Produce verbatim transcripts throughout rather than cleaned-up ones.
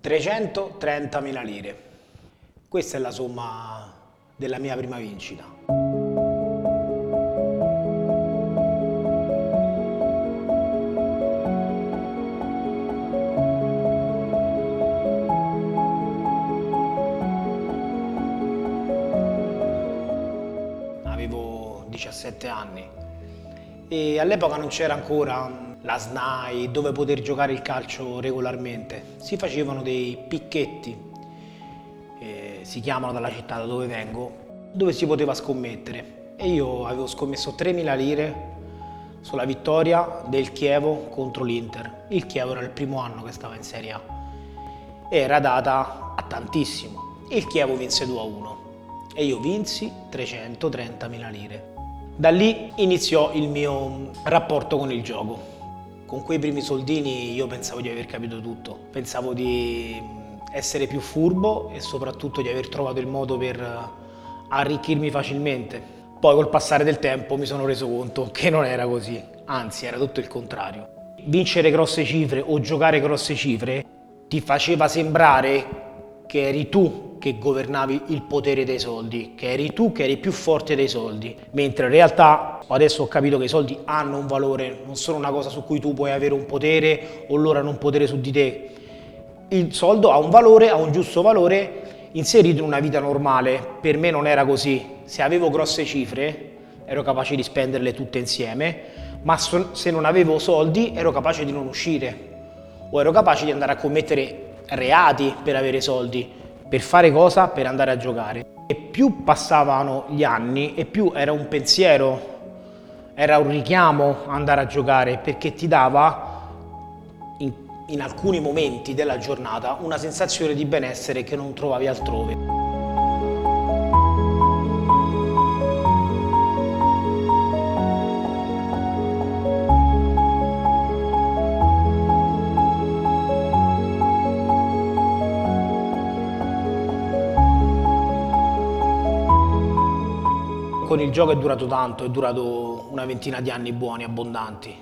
trecentotrentamila lire. Questa è la somma della mia prima vincita. Avevo diciassette anni e all'epoca non c'era ancora la S N A I dove poter giocare il calcio regolarmente. Si facevano dei picchetti, eh, si chiamano dalla città da dove vengo, dove si poteva scommettere. E io avevo scommesso tremila lire sulla vittoria del Chievo contro l'Inter. Il Chievo era il primo anno che stava in Serie A e era data a tantissimo. Il Chievo vinse due a uno e io vinsi trecentotrentamila lire. Da lì iniziò il mio rapporto con il gioco. Con quei primi soldini io pensavo di aver capito tutto, pensavo di essere più furbo e soprattutto di aver trovato il modo per arricchirmi facilmente. Poi col passare del tempo mi sono reso conto che non era così, anzi era tutto il contrario. Vincere grosse cifre o giocare grosse cifre ti faceva sembrare che eri tu che governavi il potere dei soldi, che eri tu che eri più forte dei soldi, mentre in realtà adesso ho capito che i soldi hanno un valore, non sono una cosa su cui tu puoi avere un potere o loro hanno un potere su di te. Il soldo ha un valore, ha un giusto valore inserito in una vita normale. Per me non era così. Se avevo grosse cifre ero capace di spenderle tutte insieme, ma se non avevo soldi ero capace di non uscire o ero capace di andare a commettere reati per avere soldi. Per fare cosa? Per andare a giocare. E più passavano gli anni e più era un pensiero, era un richiamo andare a giocare, perché ti dava in, in alcuni momenti della giornata una sensazione di benessere che non trovavi altrove. Con il gioco è durato tanto, è durato una ventina di anni buoni, abbondanti,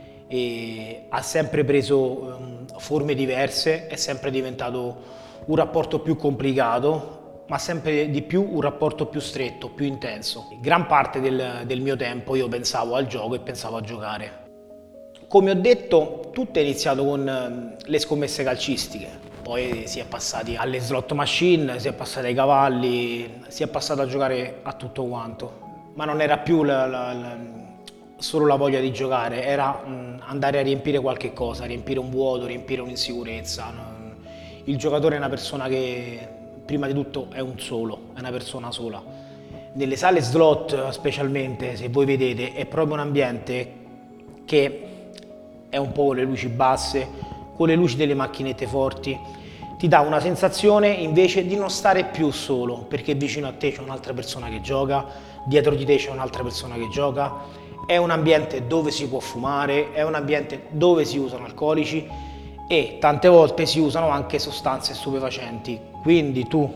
e ha sempre preso um, forme diverse, è sempre diventato un rapporto più complicato, ma sempre di più un rapporto più stretto, più intenso. Gran parte del, del mio tempo io pensavo al gioco e pensavo a giocare. Come ho detto, tutto è iniziato con um, le scommesse calcistiche. Poi si è passati alle slot machine, si è passati ai cavalli, si è passato a giocare a tutto quanto. Ma non era più la, la, la, solo la voglia di giocare, era mh, andare a riempire qualche cosa, riempire un vuoto, riempire un'insicurezza. Il giocatore è una persona che prima di tutto è un solo, è una persona sola. Nelle sale slot specialmente, se voi vedete, è proprio un ambiente che è un po' con le luci basse, con le luci delle macchinette forti, ti dà una sensazione invece di non stare più solo, perché vicino a te c'è un'altra persona che gioca, dietro di te c'è un'altra persona che gioca, è un ambiente dove si può fumare, è un ambiente dove si usano alcolici e tante volte si usano anche sostanze stupefacenti, quindi tu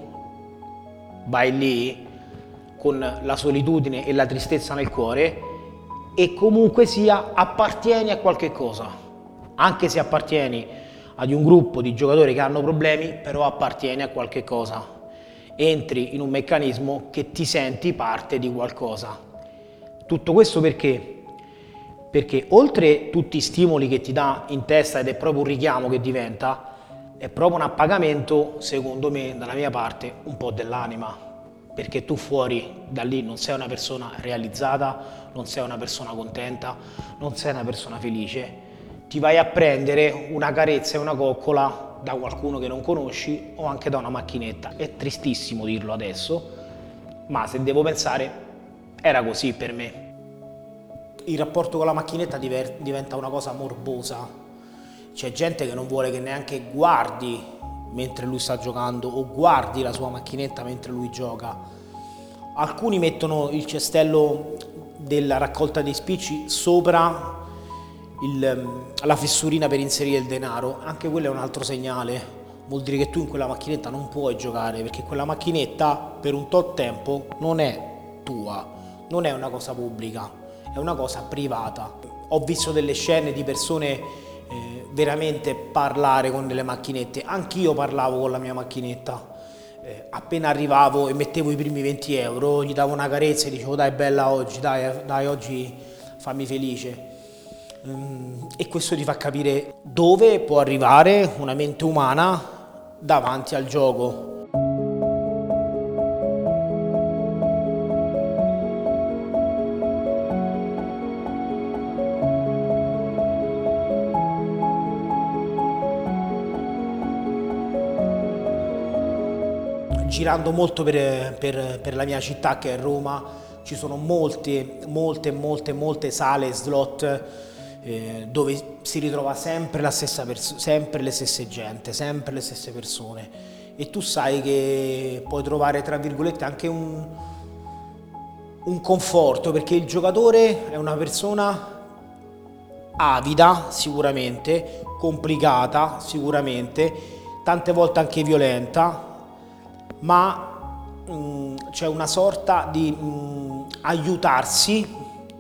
vai lì con la solitudine e la tristezza nel cuore e comunque sia appartieni a qualche cosa, anche se appartieni ad un gruppo di giocatori che hanno problemi, però appartieni a qualche cosa, entri in un meccanismo che ti senti parte di qualcosa. Tutto questo perché? Perché oltre tutti i stimoli che ti dà in testa ed è proprio un richiamo che diventa, è proprio un appagamento, secondo me, dalla mia parte, un po' dell'anima, perché tu fuori da lì non sei una persona realizzata, non sei una persona contenta, non sei una persona felice, ti vai a prendere una carezza e una coccola da qualcuno che non conosci o anche da una macchinetta. È tristissimo dirlo adesso, ma se devo pensare era così per me. Il rapporto con la macchinetta diventa una cosa morbosa. C'è gente che non vuole che neanche guardi mentre lui sta giocando o guardi la sua macchinetta mentre lui gioca. Alcuni mettono il cestello della raccolta dei spicci sopra il, la fessurina per inserire il denaro. Anche quello è un altro segnale. Vuol dire che tu in quella macchinetta non puoi giocare, perché quella macchinetta per un tot tempo non è tua, non è una cosa pubblica, è una cosa privata. Ho visto delle scene di persone eh, veramente parlare con delle macchinette. Anch'io parlavo con la mia macchinetta. Eh, appena arrivavo e mettevo i primi venti euro, gli davo una carezza e dicevo dai bella oggi, dai, dai oggi fammi felice. Mm, e questo ti fa capire dove può arrivare una mente umana davanti al gioco. Girando molto per, per, per la mia città che è Roma, ci sono molte, molte, molte, molte sale slot eh, dove si ritrova sempre la stessa persona, sempre le stesse gente, sempre le stesse persone, e tu sai che puoi trovare tra virgolette anche un, un conforto, perché il giocatore è una persona avida sicuramente, complicata sicuramente, tante volte anche violenta, ma mh, c'è una sorta di mh, aiutarsi,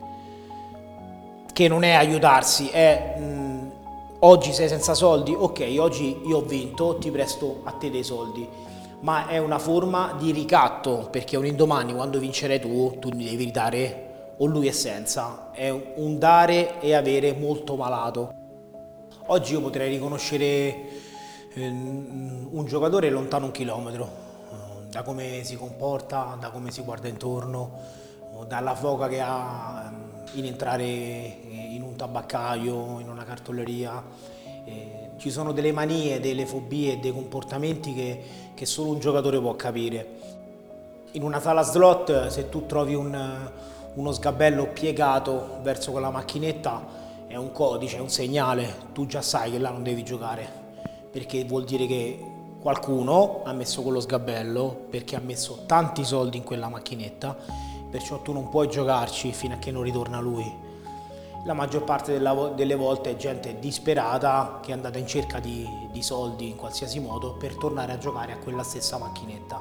che non è aiutarsi, è mh, oggi sei senza soldi, ok, oggi io ho vinto, ti presto a te dei soldi, ma è una forma di ricatto, perché un indomani quando vincerai tu, tu mi devi ridare, o lui è senza, è un dare e avere molto malato. Oggi io potrei riconoscere eh, un giocatore lontano un chilometro, da come si comporta, da come si guarda intorno, dalla foga che ha in entrare in un tabaccaio, in una cartoleria. Eh, ci sono delle manie, delle fobie, dei comportamenti che, che solo un giocatore può capire. In una sala slot, se tu trovi un, uno sgabello piegato verso quella macchinetta, è un codice, è un segnale, tu già sai che là non devi giocare, perché vuol dire che qualcuno ha messo quello sgabello perché ha messo tanti soldi in quella macchinetta, perciò tu non puoi giocarci fino a che non ritorna lui. La maggior parte delle volte è gente disperata che è andata in cerca di, di soldi in qualsiasi modo per tornare a giocare a quella stessa macchinetta.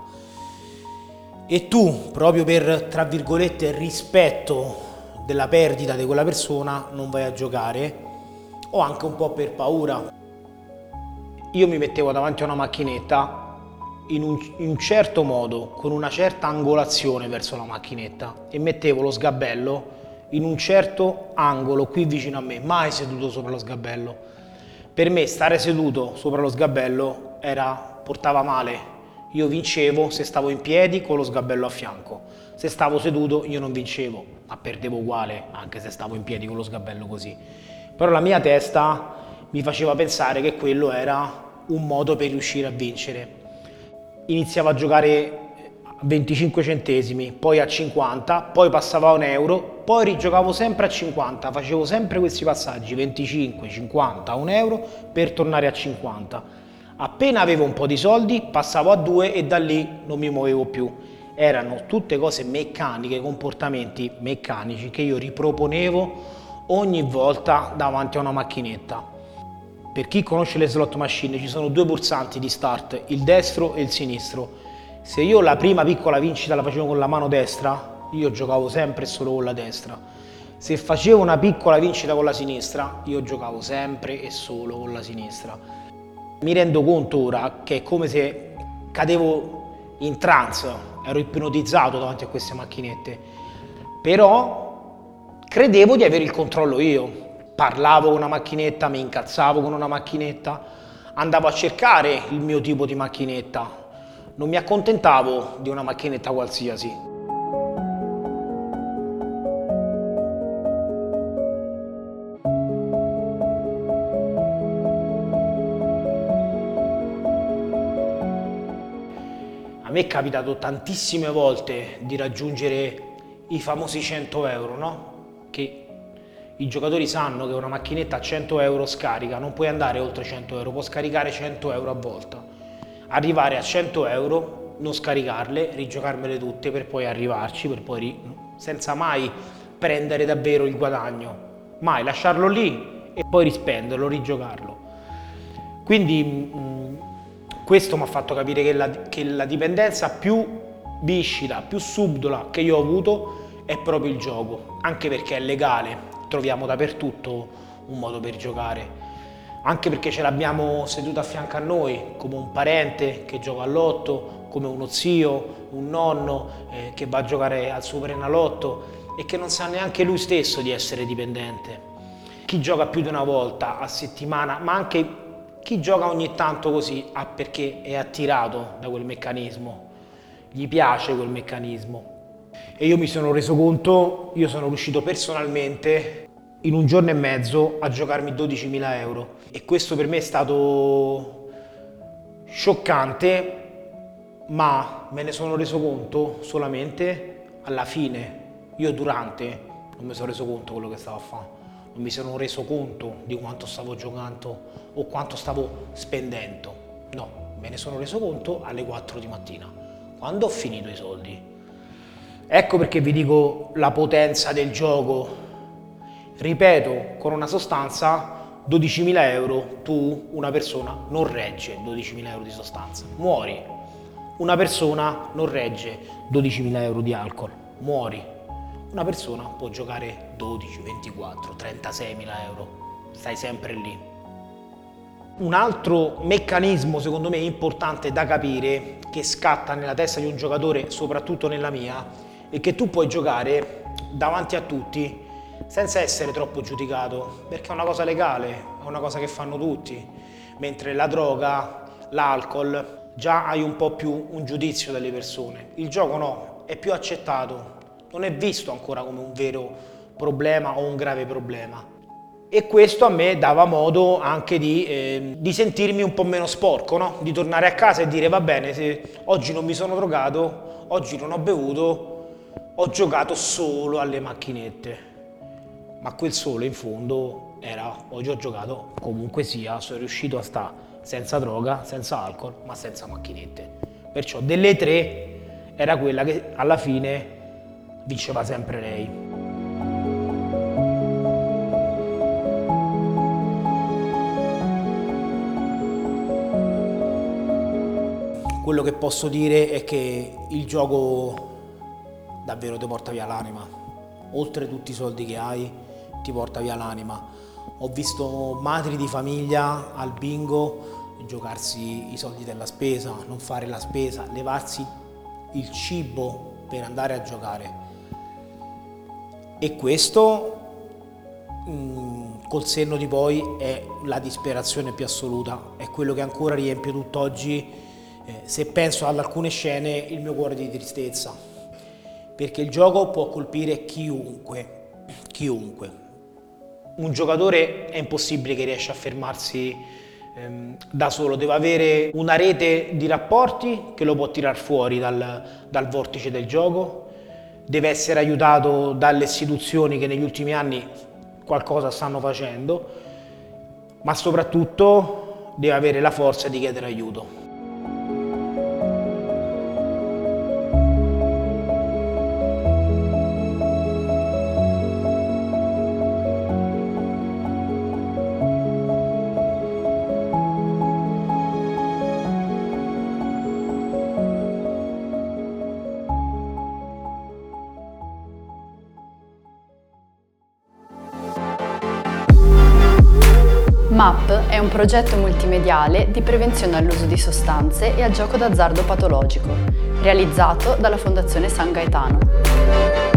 E tu, proprio per, tra virgolette, rispetto della perdita di quella persona, non vai a giocare, o anche un po' per paura. Io mi mettevo davanti a una macchinetta in un, in un certo modo, con una certa angolazione verso la macchinetta, e mettevo lo sgabello in un certo angolo qui vicino a me, mai seduto sopra lo sgabello. Per me stare seduto sopra lo sgabello era, portava male. Io vincevo se stavo in piedi con lo sgabello a fianco. Se stavo seduto io non vincevo, ma perdevo uguale anche se stavo in piedi con lo sgabello così. Però la mia testa mi faceva pensare che quello era un modo per riuscire a vincere. Iniziavo a giocare a venticinque centesimi, poi a cinquanta, poi passavo a un euro, poi rigiocavo sempre a cinquanta, facevo sempre questi passaggi, venticinque, cinquanta, un euro, per tornare a cinquanta. Appena avevo un po' di soldi, passavo a due e da lì non mi muovevo più. Erano tutte cose meccaniche, comportamenti meccanici che io riproponevo ogni volta davanti a una macchinetta. Per chi conosce le slot machine ci sono due pulsanti di start, il destro e il sinistro. Se io la prima piccola vincita la facevo con la mano destra, io giocavo sempre e solo con la destra. Se facevo una piccola vincita con la sinistra, io giocavo sempre e solo con la sinistra. Mi rendo conto ora che è come se cadevo in trance, ero ipnotizzato davanti a queste macchinette, però credevo di avere il controllo io. Parlavo con una macchinetta, mi incazzavo con una macchinetta, andavo a cercare il mio tipo di macchinetta, non mi accontentavo di una macchinetta qualsiasi. A me è capitato tantissime volte di raggiungere i famosi cento euro, no? Che i giocatori sanno che una macchinetta a cento euro scarica, non puoi andare oltre cento euro, può scaricare cento euro a volta. Arrivare a cento euro, non scaricarle, rigiocarmele tutte per poi arrivarci, per poi senza mai prendere davvero il guadagno, mai lasciarlo lì e poi rispenderlo, rigiocarlo. Quindi mh, questo mi ha fatto capire che la, che la dipendenza più viscida, più subdola che io ho avuto è proprio il gioco, anche perché è legale. Troviamo dappertutto un modo per giocare. anche perché ce l'abbiamo seduto a fianco a noi, come un parente che gioca al lotto, come uno zio, un nonno eh, che va a giocare al Superenalotto e che non sa neanche lui stesso di essere dipendente. Chi gioca più di una volta a settimana, ma anche chi gioca ogni tanto così, ah, perché è attirato da quel meccanismo, gli piace quel meccanismo. E io mi sono reso conto, io sono riuscito personalmente in un giorno e mezzo a giocarmi dodicimila euro e questo per me è stato scioccante, ma me ne sono reso conto solamente alla fine. Io durante non mi sono reso conto di quello che stavo a fare, non mi sono reso conto di quanto stavo giocando o quanto stavo spendendo. No, me ne sono reso conto alle quattro di mattina, quando ho finito i soldi. Ecco perché vi dico la potenza del gioco. Ripeto, con una sostanza, dodicimila euro, tu, una persona, non regge dodicimila euro di sostanza, muori. Una persona non regge dodicimila euro di alcol, muori. Una persona può giocare dodici, ventiquattro, trentaseimila euro, stai sempre lì. Un altro meccanismo secondo me importante da capire, che scatta nella testa di un giocatore, soprattutto nella mia, è che tu puoi giocare davanti a tutti senza essere troppo giudicato, perché è una cosa legale, è una cosa che fanno tutti, mentre la droga, l'alcol, già hai un po' più un giudizio delle persone. Il gioco no, è più accettato, non è visto ancora come un vero problema o un grave problema. E questo a me dava modo anche di, eh, di sentirmi un po' meno sporco, no? Di tornare a casa e dire va bene, se oggi non mi sono drogato, oggi non ho bevuto, ho giocato solo alle macchinette. Ma quel solo in fondo era, oggi ho giocato comunque sia, sono riuscito a stare senza droga, senza alcol, ma senza macchinette. Perciò delle tre era quella che alla fine vinceva sempre lei. Quello che posso dire è che il gioco davvero ti porta via l'anima. Oltre tutti i soldi che hai, ti porta via l'anima. Ho visto madri di famiglia al bingo giocarsi i soldi della spesa, non fare la spesa, levarsi il cibo per andare a giocare. E questo mh, col senno di poi è la disperazione più assoluta, è quello che ancora riempie tutt'oggi, eh, se penso ad alcune scene, il mio cuore di tristezza, perché il gioco può colpire chiunque, chiunque. Un giocatore è impossibile che riesca a fermarsi ehm, da solo, deve avere una rete di rapporti che lo può tirar fuori dal, dal vortice del gioco, deve essere aiutato dalle istituzioni che negli ultimi anni qualcosa stanno facendo, ma soprattutto deve avere la forza di chiedere aiuto. M A P è un progetto multimediale di prevenzione all'uso di sostanze e al gioco d'azzardo patologico, realizzato dalla Fondazione San Gaetano.